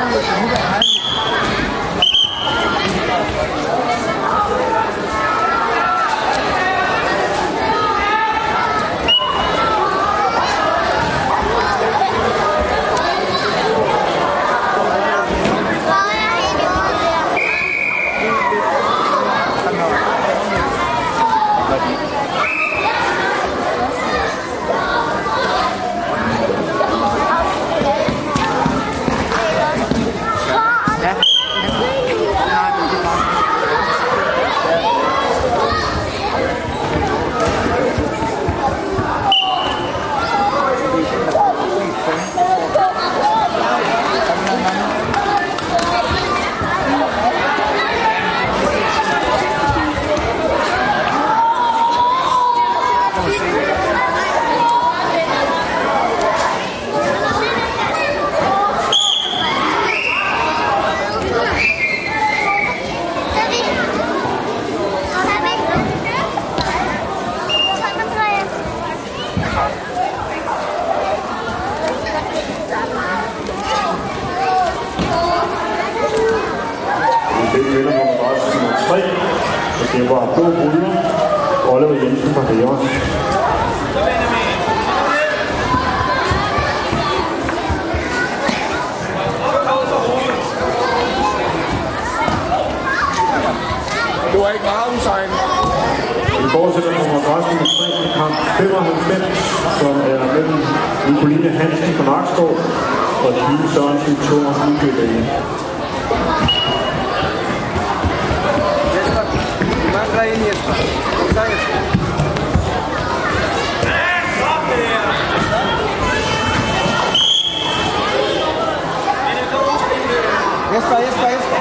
Det var Bo Buller, Oliver Jensen fra Hævers. Det var ikke meget udsejn. Vi fortsætter på madrassen med kamp 95, som er mellem Nicoline Hansen fra Nakskov og Line Sørensen Thomas Nykøbing. Mangler ind, Jesper. Jesper.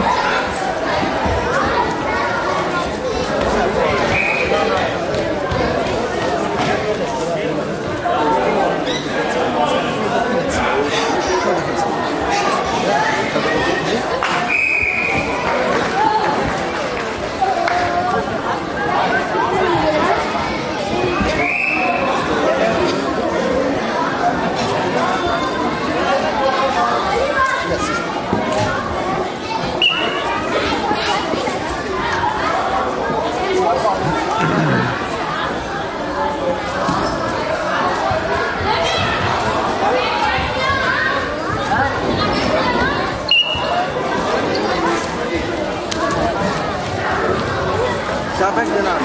Siapa yang kenal?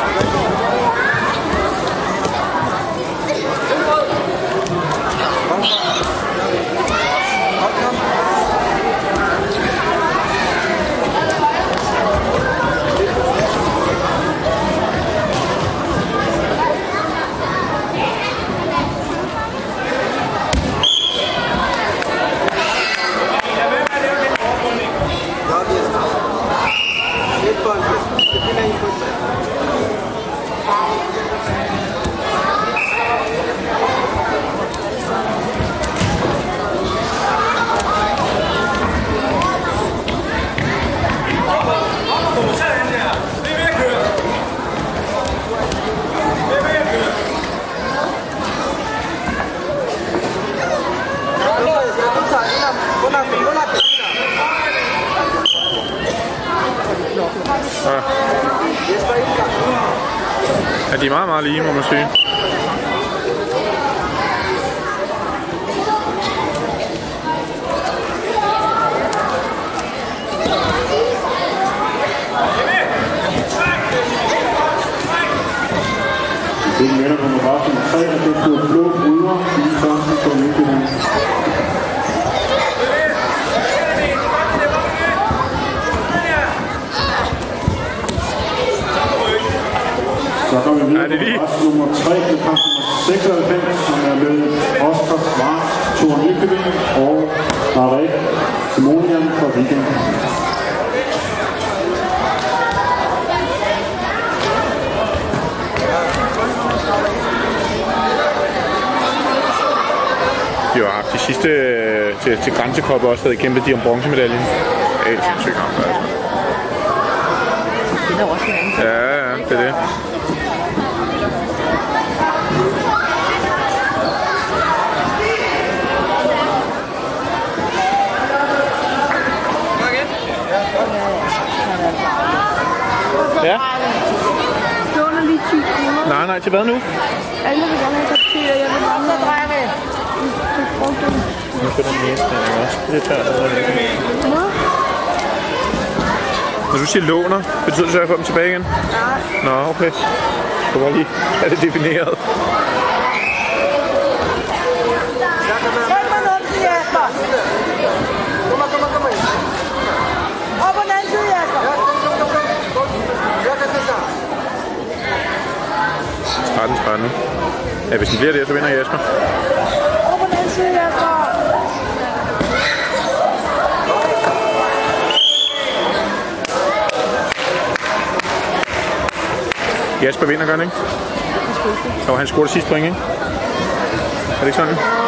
Ja, de er meget, meget lige, må man sige. Det er med på madrassen 3, og det er blå bryder, Line Sørensen på Nykøbing. Så kommer vi videre på madrassen nummer 3, det er kamp nummer 96, som er med Oscar Svart, Thor Nykøbing og Marek Simonian fra Viking. De har haft de sidste til grænsekoppe også, havde kæmpet de om bronzemedaljen. Det er helt sindssygt kamp, altså. Det er også en anden. Ja, det er det. Ja. Låner lige 10 kroner. Nej, til hvad nu? Alle vil gerne have kaffe, og jeg vil bare så dreje med. Nu skal den næste også. Det tager jeg. Når du siger låner, betyder det så, at jeg får dem tilbage igen? Nej. Nå, okay. Du var lige er det defineret. Hjælp mig noget til Jasper. Op på den anden side, Jasper. Spændende. Ja, hvis den bliver der, så vinder Jasper. Op på den anden side, Jasper. Jasper vinder, gør han ikke? Og han scorede sidste point, ikke? Er det ikke sådan?